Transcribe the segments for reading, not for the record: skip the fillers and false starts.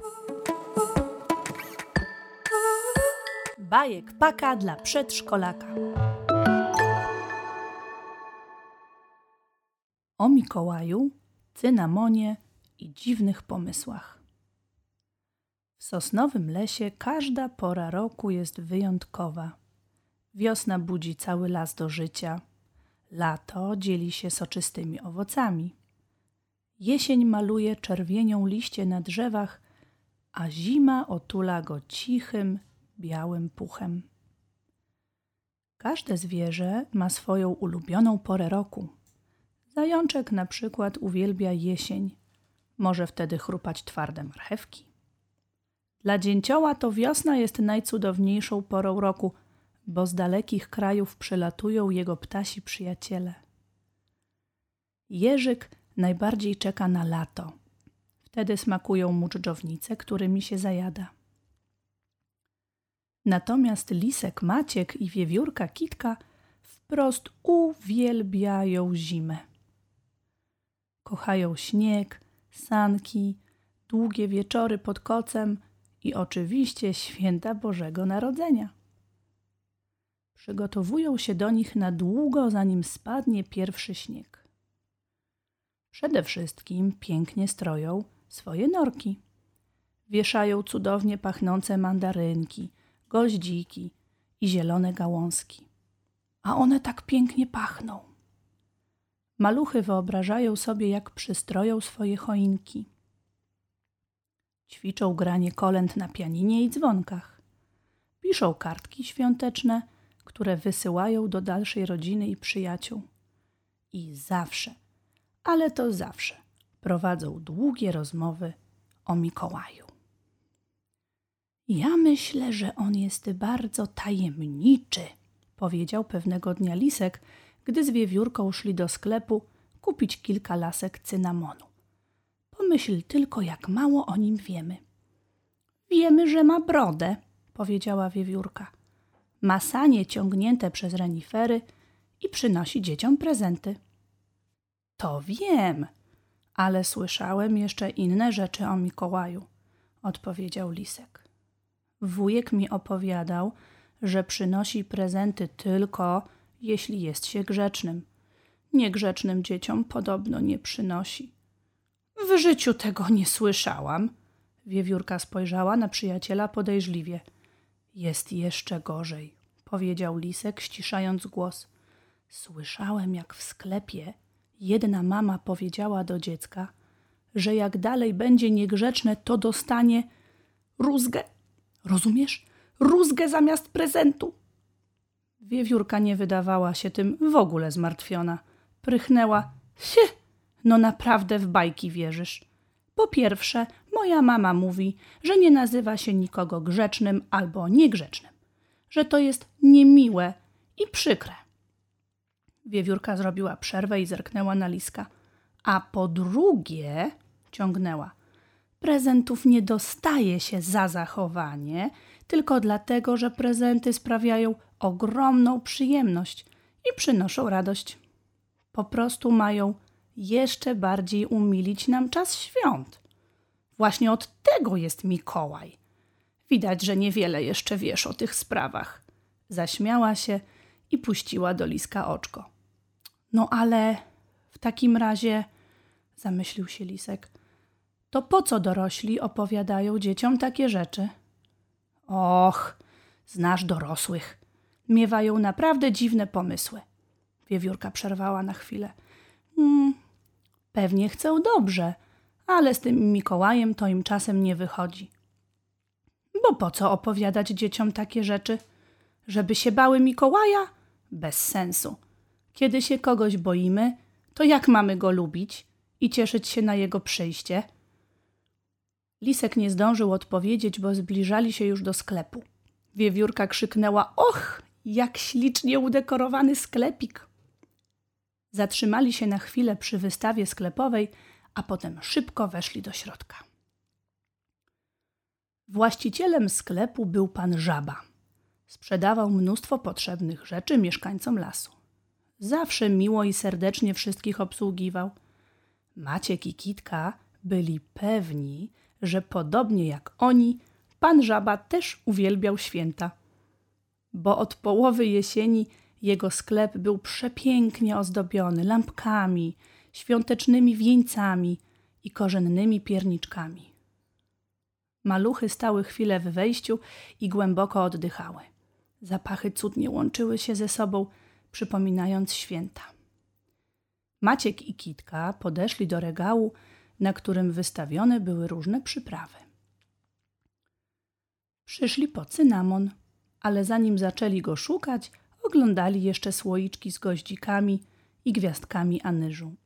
Bajek Paka dla przedszkolaka. O Mikołaju, cynamonie i dziwnych pomysłach. W sosnowym lesie każda pora roku jest wyjątkowa. Wiosna budzi cały las do życia. Lato dzieli się soczystymi owocami. Jesień maluje czerwienią liście na drzewach, a zima otula go cichym, białym puchem. Każde zwierzę ma swoją ulubioną porę roku. Zajączek na przykład uwielbia jesień. Może wtedy chrupać twarde marchewki. Dla dzięcioła to wiosna jest najcudowniejszą porą roku, bo z dalekich krajów przylatują jego ptasi przyjaciele. Jerzyk najbardziej czeka na lato. Wtedy smakują mu dżdżownice, którymi się zajada. Natomiast lisek Maciek i wiewiórka Kitka wprost uwielbiają zimę. Kochają śnieg, sanki, długie wieczory pod kocem i oczywiście święta Bożego Narodzenia. Przygotowują się do nich na długo, zanim spadnie pierwszy śnieg. Przede wszystkim pięknie stroją swoje norki. Wieszają cudownie pachnące mandarynki, goździki i zielone gałązki. A one tak pięknie pachną. Maluchy wyobrażają sobie, jak przystroją swoje choinki. Ćwiczą granie kolęd na pianinie i dzwonkach. Piszą kartki świąteczne, które wysyłają do dalszej rodziny i przyjaciół. I zawsze, ale to zawsze, prowadzą długie rozmowy o Mikołaju. Ja myślę, że on jest bardzo tajemniczy, powiedział pewnego dnia lisek, gdy z wiewiórką szli do sklepu kupić kilka lasek cynamonu. Pomyśl tylko, jak mało o nim wiemy. Wiemy, że ma brodę, powiedziała wiewiórka. Ma sanie ciągnięte przez renifery i przynosi dzieciom prezenty. To wiem, ale słyszałem jeszcze inne rzeczy o Mikołaju, odpowiedział lisek. Wujek mi opowiadał, że przynosi prezenty tylko, jeśli jest się grzecznym. Niegrzecznym dzieciom podobno nie przynosi. W życiu tego nie słyszałam. Wiewiórka spojrzała na przyjaciela podejrzliwie. Jest jeszcze gorzej, powiedział lisek, ściszając głos. Słyszałem, jak w sklepie jedna mama powiedziała do dziecka, że jak dalej będzie niegrzeczne, to dostanie rózgę. Rozumiesz? Rózgę zamiast prezentu. Wiewiórka nie wydawała się tym w ogóle zmartwiona. Prychnęła. No naprawdę w bajki wierzysz. Po pierwsze, moja mama mówi, że nie nazywa się nikogo grzecznym albo niegrzecznym. Że to jest niemiłe i przykre. Wiewiórka zrobiła przerwę i zerknęła na liska. A po drugie, ciągnęła, prezentów nie dostaje się za zachowanie, tylko dlatego, że prezenty sprawiają ogromną przyjemność i przynoszą radość. Po prostu mają jeszcze bardziej umilić nam czas świąt. Właśnie od tego jest Mikołaj. Widać, że niewiele jeszcze wiesz o tych sprawach. Zaśmiała się i puściła do liska oczko. No ale w takim razie, zamyślił się lisek, to po co dorośli opowiadają dzieciom takie rzeczy? Och, znasz dorosłych. Miewają naprawdę dziwne pomysły. Wiewiórka przerwała na chwilę. Pewnie chcą dobrze, ale z tym Mikołajem to im czasem nie wychodzi. Bo po co opowiadać dzieciom takie rzeczy? Żeby się bały Mikołaja? Bez sensu. Kiedy się kogoś boimy, to jak mamy go lubić i cieszyć się na jego przyjście? Lisek nie zdążył odpowiedzieć, bo zbliżali się już do sklepu. Wiewiórka krzyknęła: och, jak ślicznie udekorowany sklepik! Zatrzymali się na chwilę przy wystawie sklepowej, a potem szybko weszli do środka. Właścicielem sklepu był pan Żaba. Sprzedawał mnóstwo potrzebnych rzeczy mieszkańcom lasu. Zawsze miło i serdecznie wszystkich obsługiwał. Maciek i Kitka byli pewni, że podobnie jak oni, pan Żaba też uwielbiał święta. Bo od połowy jesieni jego sklep był przepięknie ozdobiony lampkami, świątecznymi wieńcami i korzennymi pierniczkami. Maluchy stały chwilę w wejściu i głęboko oddychały. Zapachy cudnie łączyły się ze sobą, przypominając święta. Maciek i Kitka podeszli do regału, na którym wystawione były różne przyprawy. Przyszli po cynamon, ale zanim zaczęli go szukać, oglądali jeszcze słoiczki z goździkami i gwiazdkami anyżu.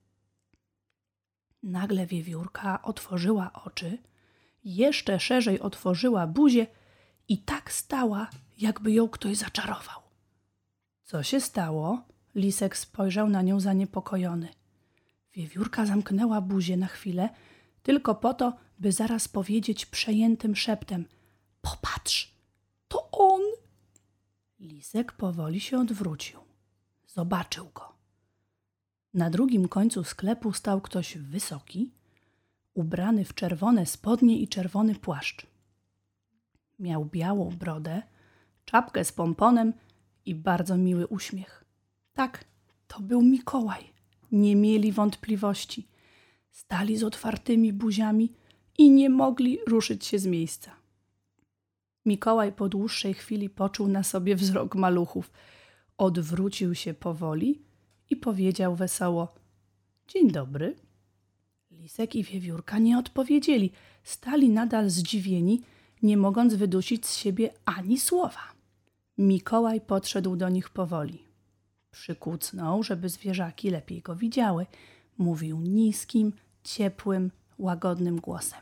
Nagle wiewiórka otworzyła oczy, jeszcze szerzej otworzyła buzię i tak stała, jakby ją ktoś zaczarował. Co się stało? Lisek spojrzał na nią zaniepokojony. Wiewiórka zamknęła buzię na chwilę, tylko po to, by zaraz powiedzieć przejętym szeptem: popatrz, to on! Lisek powoli się odwrócił. Zobaczył go. Na drugim końcu sklepu stał ktoś wysoki, ubrany w czerwone spodnie i czerwony płaszcz. Miał białą brodę, czapkę z pomponem i bardzo miły uśmiech. Tak, to był Mikołaj. Nie mieli wątpliwości. Stali z otwartymi buziami i nie mogli ruszyć się z miejsca. Mikołaj po dłuższej chwili poczuł na sobie wzrok maluchów. Odwrócił się powoli i powiedział wesoło: dzień dobry. Lisek i wiewiórka nie odpowiedzieli. Stali nadal zdziwieni, nie mogąc wydusić z siebie ani słowa. Mikołaj podszedł do nich powoli. Przykucnął, żeby zwierzaki lepiej go widziały. Mówił niskim, ciepłym, łagodnym głosem.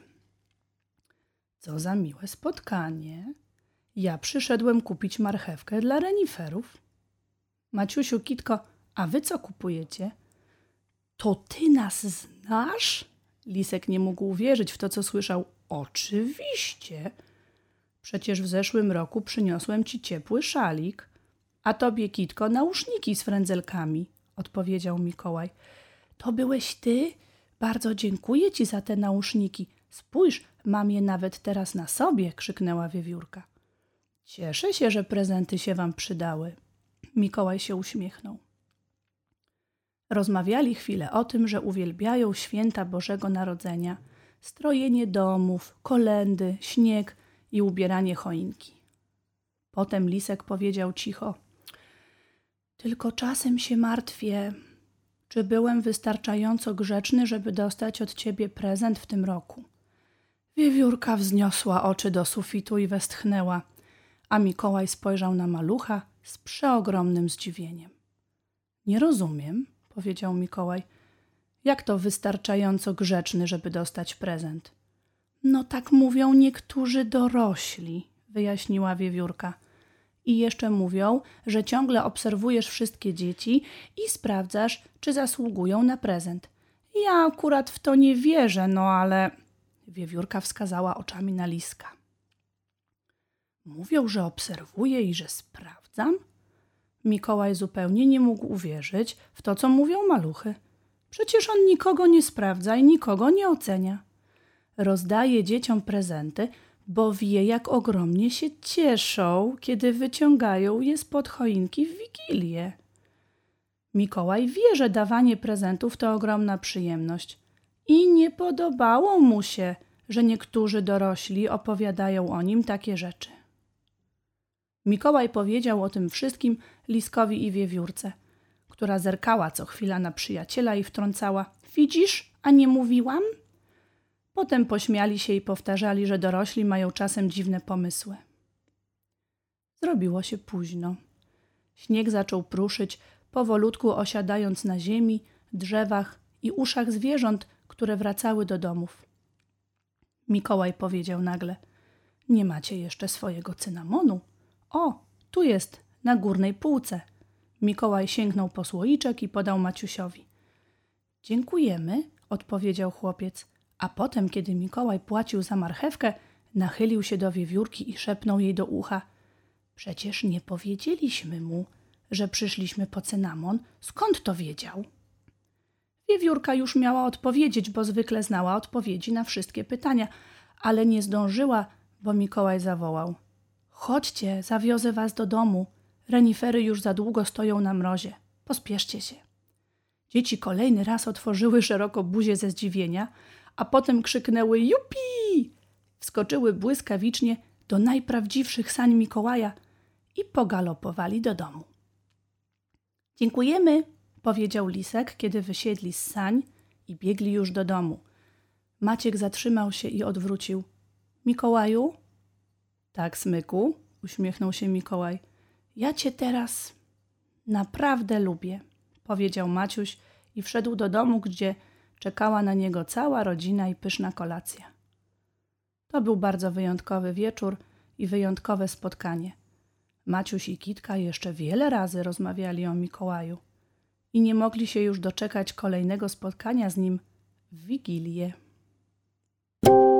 Co za miłe spotkanie. Ja przyszedłem kupić marchewkę dla reniferów. Maciusiu, Kitko, a wy co kupujecie? To ty nas znasz? Lisek nie mógł uwierzyć w to, co słyszał. Oczywiście. Przecież w zeszłym roku przyniosłem ci ciepły szalik, a tobie, Kitko, nauszniki z frędzelkami, odpowiedział Mikołaj. To byłeś ty? Bardzo dziękuję ci za te nauszniki. Spójrz, mam je nawet teraz na sobie, krzyknęła wiewiórka. Cieszę się, że prezenty się wam przydały. Mikołaj się uśmiechnął. Rozmawiali chwilę o tym, że uwielbiają święta Bożego Narodzenia, strojenie domów, kolędy, śnieg i ubieranie choinki. Potem Lisek powiedział cicho: tylko czasem się martwię, czy byłem wystarczająco grzeczny, żeby dostać od ciebie prezent w tym roku. Wiewiórka wzniosła oczy do sufitu i westchnęła, a Mikołaj spojrzał na malucha z przeogromnym zdziwieniem. Nie rozumiem, powiedział Mikołaj. Jak to wystarczająco grzeczny, żeby dostać prezent? No tak mówią niektórzy dorośli, wyjaśniła wiewiórka. I jeszcze mówią, że ciągle obserwujesz wszystkie dzieci i sprawdzasz, czy zasługują na prezent. Ja akurat w to nie wierzę, no ale... Wiewiórka wskazała oczami na Liska. Mówią, że obserwuję i że sprawdzam? Mikołaj zupełnie nie mógł uwierzyć w to, co mówią maluchy. Przecież on nikogo nie sprawdza i nikogo nie ocenia. Rozdaje dzieciom prezenty, bo wie, jak ogromnie się cieszą, kiedy wyciągają je spod choinki w Wigilię. Mikołaj wie, że dawanie prezentów to ogromna przyjemność i nie podobało mu się, że niektórzy dorośli opowiadają o nim takie rzeczy. Mikołaj powiedział o tym wszystkim Liskowi i wiewiórce, która zerkała co chwila na przyjaciela i wtrącała: widzisz, a nie mówiłam? Potem pośmiali się i powtarzali, że dorośli mają czasem dziwne pomysły. Zrobiło się późno. Śnieg zaczął pruszyć, powolutku osiadając na ziemi, drzewach i uszach zwierząt, które wracały do domów. Mikołaj powiedział nagle: nie macie jeszcze swojego cynamonu? O, tu jest, na górnej półce. Mikołaj sięgnął po słoiczek i podał Maciusiowi. Dziękujemy, odpowiedział chłopiec, a potem, kiedy Mikołaj płacił za marchewkę, nachylił się do wiewiórki i szepnął jej do ucha: przecież nie powiedzieliśmy mu, że przyszliśmy po cynamon. Skąd to wiedział? Wiewiórka już miała odpowiedzieć, bo zwykle znała odpowiedzi na wszystkie pytania, ale nie zdążyła, bo Mikołaj zawołał: chodźcie, zawiozę was do domu. Renifery już za długo stoją na mrozie. Pospieszcie się. Dzieci kolejny raz otworzyły szeroko buzię ze zdziwienia, a potem krzyknęły: jupi! Wskoczyły błyskawicznie do najprawdziwszych sań Mikołaja i pogalopowali do domu. Dziękujemy, powiedział Lisek, kiedy wysiedli z sań i biegli już do domu. Maciek zatrzymał się i odwrócił. Mikołaju? Tak, Smyku, uśmiechnął się Mikołaj. Ja cię teraz naprawdę lubię, powiedział Maciuś i wszedł do domu, gdzie czekała na niego cała rodzina i pyszna kolacja. To był bardzo wyjątkowy wieczór i wyjątkowe spotkanie. Maciuś i Kitka jeszcze wiele razy rozmawiali o Mikołaju i nie mogli się już doczekać kolejnego spotkania z nim w Wigilię.